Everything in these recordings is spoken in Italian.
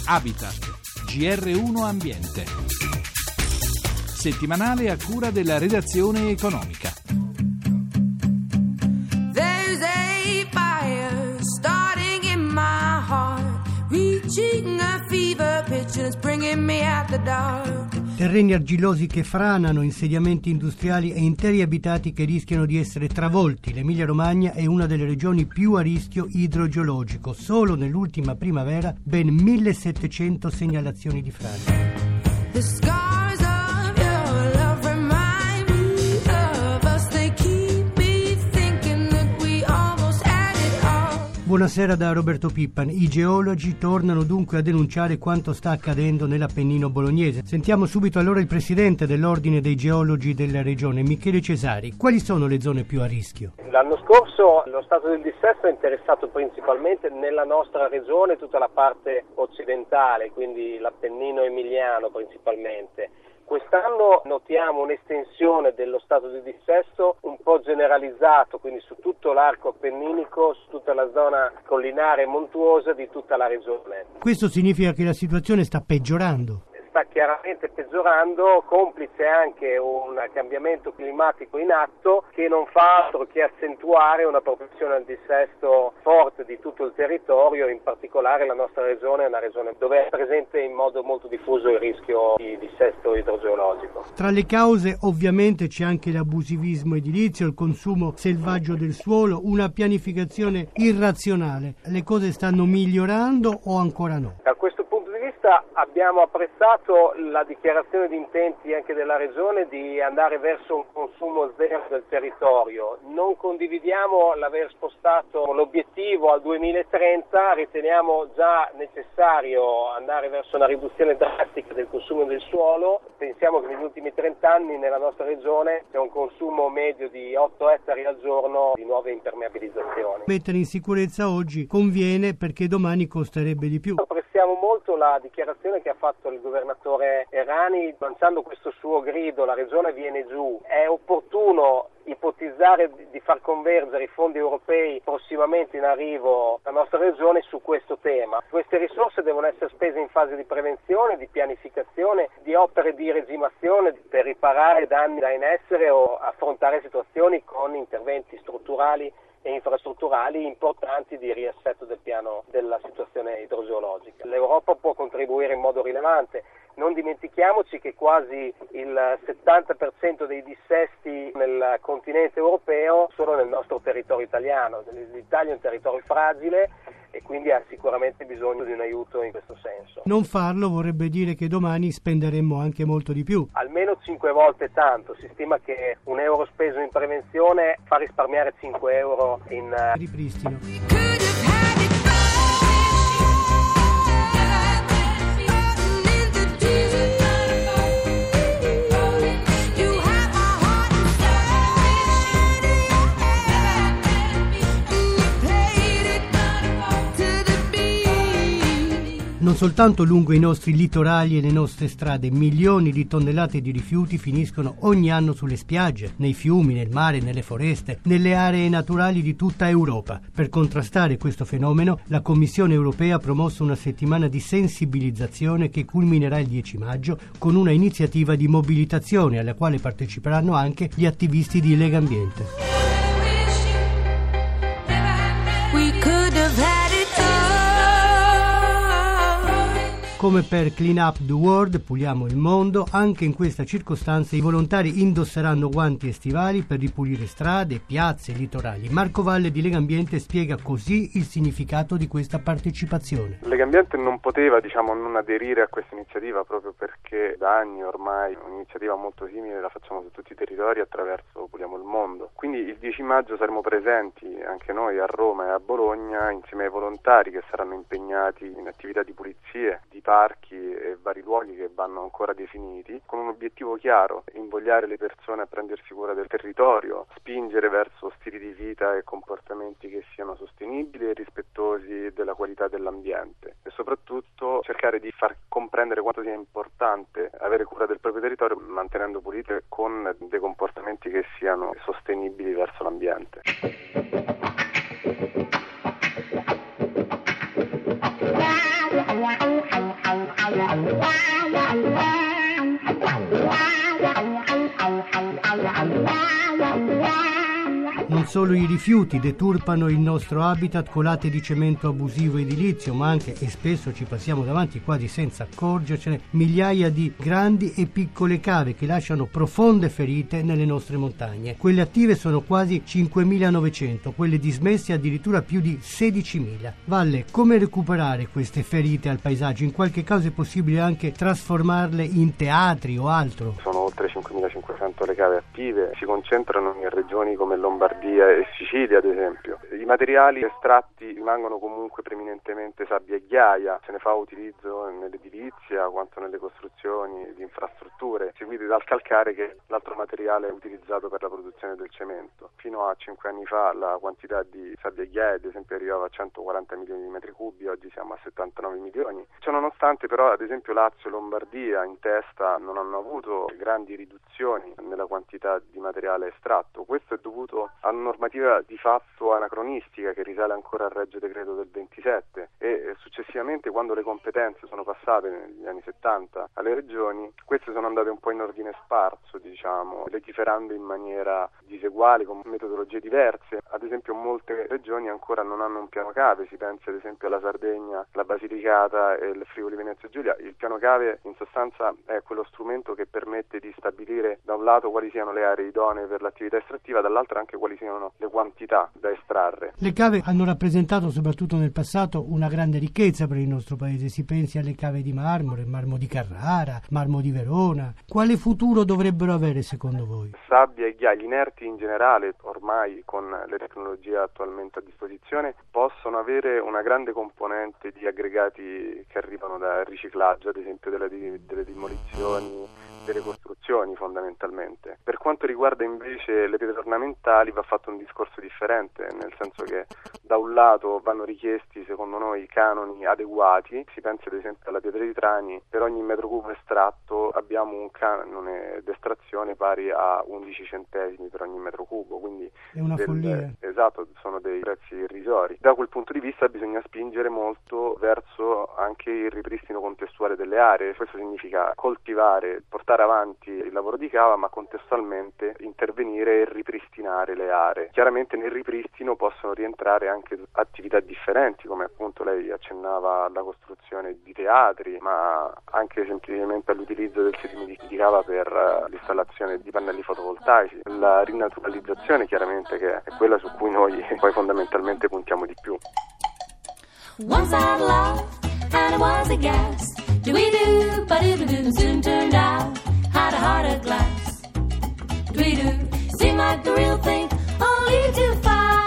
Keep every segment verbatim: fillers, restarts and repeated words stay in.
Habitat, G R uno Ambiente. Settimanale a cura della redazione economica. There's a fire starting in my heart, reaching a fever pitch and it's bringing me out the dark. Terreni argillosi che franano, insediamenti industriali e interi abitati che rischiano di essere travolti. L'Emilia-Romagna è una delle regioni più a rischio idrogeologico. Solo nell'ultima primavera ben millesettecento segnalazioni di frane. The scars of your love remind me of us. They keep me thinking that we almost had it all. Buonasera da Roberto Pippan. I geologi tornano dunque a denunciare quanto sta accadendo nell'Appennino bolognese. Sentiamo subito allora il presidente dell'Ordine dei Geologi della regione, Michele Cesari. Quali sono le zone più a rischio? L'anno scorso lo stato del dissesto è interessato principalmente nella nostra regione, tutta la parte occidentale, quindi l'Appennino emiliano principalmente. Quest'anno notiamo un'estensione dello stato di dissesto un po' generalizzato, quindi su tutto l'arco appenninico, su tutta la zona collinare e montuosa di tutta la regione. Questo significa che la situazione sta peggiorando? Sta chiaramente peggiorando, complice anche un cambiamento climatico in atto che non fa altro che accentuare una propensione al dissesto forte di tutto il territorio, in particolare la nostra regione è una regione dove è presente in modo molto diffuso il rischio di dissesto idrogeologico. Tra le cause ovviamente c'è anche l'abusivismo edilizio, il consumo selvaggio del suolo, una pianificazione irrazionale. Le cose stanno migliorando o ancora no? Da questo punto di vista abbiamo apprezzato la dichiarazione di intenti anche della Regione di andare verso un consumo zero del territorio. Non condividiamo l'aver spostato l'obiettivo al duemilatrenta, riteniamo già necessario andare verso una riduzione drastica del consumo del suolo. Pensiamo che negli ultimi trenta anni nella nostra Regione c'è un consumo medio di otto ettari al giorno di nuove impermeabilizzazioni. Mettere in sicurezza oggi conviene perché domani costerebbe di più. Apprezziamo molto la dichiarazione che ha fatto il governatore Errani lanciando questo suo grido: la regione viene giù. È opportuno ipotizzare di far convergere i fondi europei prossimamente in arrivo alla nostra regione su questo tema. Queste risorse devono essere spese in fase di prevenzione, di pianificazione, di opere di regimazione per riparare danni da in essere o affrontare situazioni con interventi strutturali e infrastrutturali importanti di riassetto del piano della situazione idrogeologica. L'Europa può contribuire in modo rilevante. Non dimentichiamoci che quasi il settanta per cento dei dissesti nel continente europeo sono nel nostro territorio italiano. L'Italia è un territorio fragile e quindi ha sicuramente bisogno di un aiuto in questo senso. Non farlo vorrebbe dire che domani spenderemmo anche molto di più. Almeno cinque volte tanto. Si stima che un euro speso in prevenzione fa risparmiare cinque euro in uh... ripristino. Non soltanto lungo i nostri litorali e le nostre strade, milioni di tonnellate di rifiuti finiscono ogni anno sulle spiagge, nei fiumi, nel mare, nelle foreste, nelle aree naturali di tutta Europa. Per contrastare questo fenomeno, la Commissione europea ha promosso una settimana di sensibilizzazione che culminerà il dieci maggio con una iniziativa di mobilitazione alla quale parteciperanno anche gli attivisti di Legambiente. Come per Clean Up the World, puliamo il mondo, anche in questa circostanza i volontari indosseranno guanti e stivali per ripulire strade, piazze e litorali. Marco Valle di Legambiente spiega così il significato di questa partecipazione. Legambiente non poteva, diciamo, non aderire a questa iniziativa proprio perché da anni ormai un'iniziativa molto simile la facciamo su tutti i territori attraverso Puliamo il Mondo. Quindi il dieci maggio saremo presenti anche noi a Roma e a Bologna insieme ai volontari che saranno impegnati in attività di pulizie, di parchi e vari luoghi che vanno ancora definiti, con un obiettivo chiaro: invogliare le persone a prendersi cura del territorio, spingere verso stili di vita e comportamenti che siano sostenibili e rispettosi della qualità dell'ambiente e soprattutto cercare di far comprendere quanto sia importante avere cura del proprio territorio mantenendo pulito e con dei comportamenti che siano sostenibili verso l'ambiente. Wow. Non solo i rifiuti deturpano il nostro habitat con late di cemento abusivo edilizio, ma anche, e spesso ci passiamo davanti quasi senza accorgercene, migliaia di grandi e piccole cave che lasciano profonde ferite nelle nostre montagne. Quelle attive sono quasi cinquemilanovecento, quelle dismesse addirittura più di sedicimila. Valle, come recuperare queste ferite al paesaggio? In qualche caso è possibile anche trasformarle in teatri o altro? Sono oltre cinquemilacinquecento le cave attive, si concentrano in regioni come Lombardia e Sicilia ad esempio. I materiali estratti rimangono comunque preminentemente sabbia e ghiaia, se ne fa utilizzo nell'edilizia quanto nelle costruzioni di infrastrutture, seguiti dal calcare che è l'altro materiale utilizzato per la produzione del cemento. Fino a cinque anni fa la quantità di sabbia e ghiaia ad esempio arrivava a centoquaranta milioni di metri cubi, oggi siamo a settantanove milioni. Ciononostante però ad esempio Lazio e Lombardia in testa non hanno avuto grandi riduzioni nella quantità di materiale estratto. Questo è dovuto a una normativa di fatto anacronistica che risale ancora al Regio Decreto del ventisette e successivamente, quando le competenze sono passate negli anni settanta alle regioni, queste sono andate un po' in ordine sparso, diciamo, legiferando in maniera diseguale con metodologie diverse. Ad esempio molte regioni ancora non hanno un piano cave, si pensa ad esempio alla Sardegna, la Basilicata e il Friuli Venezia Giulia. Il piano cave in sostanza è quello strumento che permette di stabilire da un lato quali siano le aree idonee per l'attività estrattiva, dall'altro anche quali siano le quantità da estrarre. Le cave hanno rappresentato soprattutto nel passato una grande ricchezza per il nostro paese, si pensi alle cave di marmore, marmo di Carrara, marmo di Verona. Quale futuro dovrebbero avere secondo voi? Sabbia e ghiaia, gli inerti in generale, ormai con le tecnologie attualmente a disposizione, possono avere una grande componente di aggregati che arrivano dal riciclaggio, ad esempio delle, delle demolizioni, delle costruzioni fondamentalmente. Per quanto riguarda invece le pietre ornamentali va fatto un discorso differente, nel senso che da un lato vanno richiesti secondo noi canoni adeguati, si pensa ad esempio alla pietra di Trani, per ogni metro cubo estratto abbiamo un canone d'estrazione pari a undici centesimi per ogni metro cubo, quindi è una del, follia. Esatto, sono dei prezzi irrisori. Da quel punto di vista bisogna spingere molto verso anche il ripristino contestuale delle aree, questo significa coltivare, portare avanti il lavoro di cava, ma contestualmente intervenire e ripristinare le aree. Chiaramente nel ripristino possono rientrare anche attività differenti, come appunto lei accennava alla costruzione di teatri, ma anche semplicemente all'utilizzo del sedime di cava per uh, l'installazione di pannelli fotovoltaici, la rinaturalizzazione chiaramente, che è quella su cui noi poi fondamentalmente puntiamo di più. Once I loved and it was a gas. Do we do, but it do soon turned out had a heart of glass. Do we do seem like the real thing, only to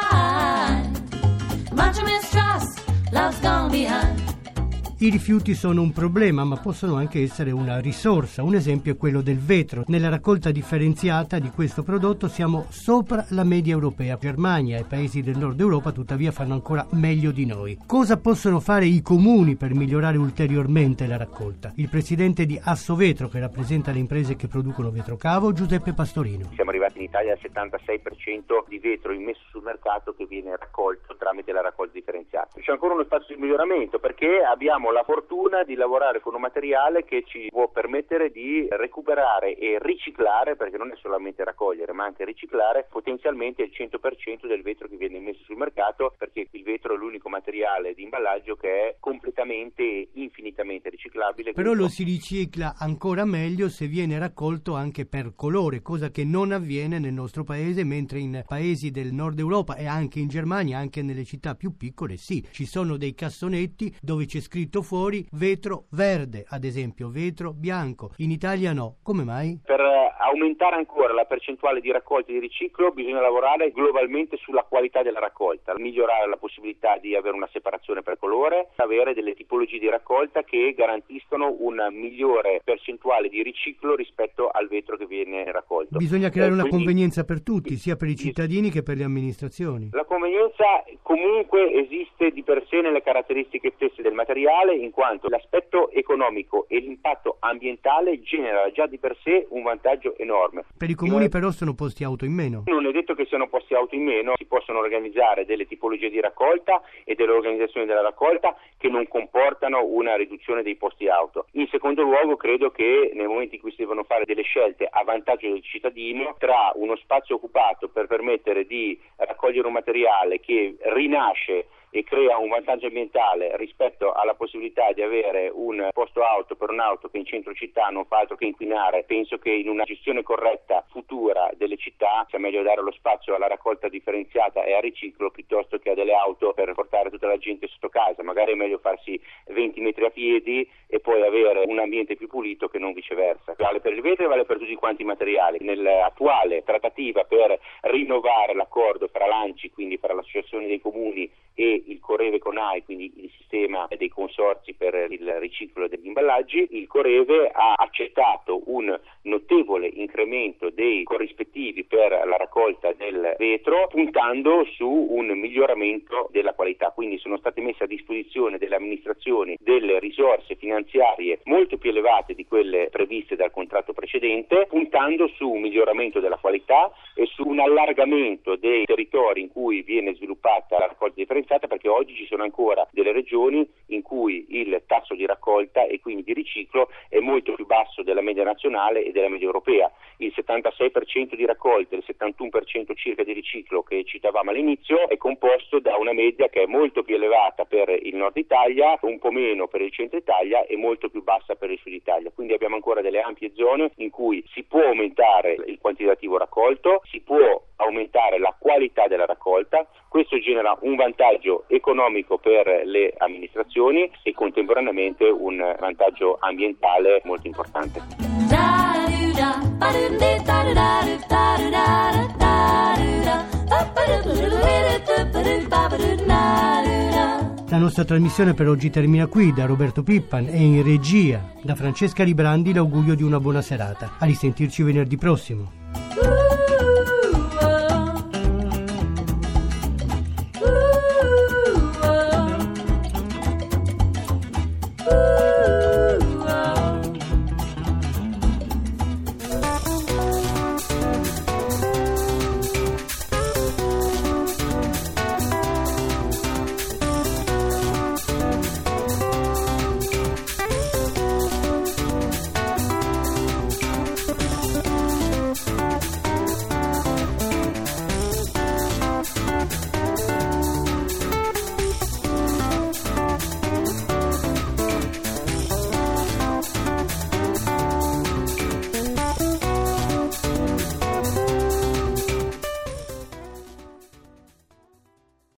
find much mistrust, love's gone behind. I rifiuti sono un problema, ma possono anche essere una risorsa. Un esempio è quello del vetro. Nella raccolta differenziata di questo prodotto siamo sopra la media europea. Germania e paesi del nord Europa tuttavia fanno ancora meglio di noi. Cosa possono fare i comuni per migliorare ulteriormente la raccolta? Il presidente di Assovetro, che rappresenta le imprese che producono vetrocavo, Giuseppe Pastorino. Siamo arrivati in Italia al settantasei per cento di vetro immesso sul mercato che viene raccolto tramite la raccolta differenziata. C'è ancora uno spazio di miglioramento perché abbiamo la fortuna di lavorare con un materiale che ci può permettere di recuperare e riciclare, perché non è solamente raccogliere ma anche riciclare potenzialmente il cento per cento del vetro che viene messo sul mercato, perché il vetro è l'unico materiale di imballaggio che è completamente e infinitamente riciclabile. Però lo si ricicla ancora meglio se viene raccolto anche per colore, cosa che non avviene nel nostro paese, mentre in paesi del nord Europa e anche in Germania, anche nelle città più piccole, sì, ci sono dei cassonetti dove c'è scritto fuori vetro verde, ad esempio vetro bianco. In Italia no. Come mai? Per aumentare ancora la percentuale di raccolta e di riciclo bisogna lavorare globalmente sulla qualità della raccolta, migliorare la possibilità di avere una separazione per colore, avere delle tipologie di raccolta che garantiscono una migliore percentuale di riciclo rispetto al vetro che viene raccolto. Bisogna creare eh, una quindi, convenienza per tutti, sia per i cittadini che per le amministrazioni. La convenienza comunque esiste di per sé nelle caratteristiche stesse del materiale, fondamentale in quanto l'aspetto economico e l'impatto ambientale genera già di per sé un vantaggio enorme. Per i comuni Io... però sono posti auto in meno. Non è detto che siano posti auto in meno, si possono organizzare delle tipologie di raccolta e delle organizzazioni della raccolta che non comportano una riduzione dei posti auto. In secondo luogo credo che nel momento in cui si devono fare delle scelte a vantaggio del cittadino tra uno spazio occupato per permettere di raccogliere un materiale che rinasce e crea un vantaggio ambientale rispetto alla possibilità di avere un posto auto per un'auto che in centro città non fa altro che inquinare, penso che in una gestione corretta futura delle città sia meglio dare lo spazio alla raccolta differenziata e al riciclo piuttosto che a delle auto per portare tutta la gente sotto casa. Magari è meglio farsi venti metri a piedi e poi avere un ambiente più pulito che non viceversa. Vale per il vetro e vale per tutti quanti i materiali. Nell'attuale trattativa per rinnovare l'accordo fra l'ANCI, quindi fra l'associazione dei comuni, e il Coreve Conai, quindi il sistema dei consorzi per il riciclo degli imballaggi, il Coreve ha accettato un notevole incremento dei corrispettivi per la raccolta del vetro, puntando su un miglioramento della qualità. Quindi sono state messe a disposizione delle amministrazioni delle risorse finanziarie molto più elevate di quelle previste dal contratto precedente, puntando su un miglioramento della qualità e su un allargamento dei territori in cui viene sviluppata la raccolta differenziata, perché oggi ci sono ancora delle regioni in cui il tasso di raccolta e quindi di riciclo è molto più basso della media nazionale e della media europea. Il settantasei per cento di raccolta e il settantuno per cento circa di riciclo che citavamo all'inizio è composto da una media che è molto più elevata per il nord Italia, un po' meno per il centro Italia e molto più bassa per il sud Italia. Quindi abbiamo ancora delle ampie zone in cui si può aumentare il quantitativo raccolto, si può aumentare la qualità della raccolta. Questo genera un vantaggio economico per le amministrazioni e contemporaneamente un vantaggio ambientale molto importante. La nostra trasmissione per oggi termina qui. Da Roberto Pippan e in regia da Francesca Librandi l'augurio di una buona serata. A risentirci venerdì prossimo.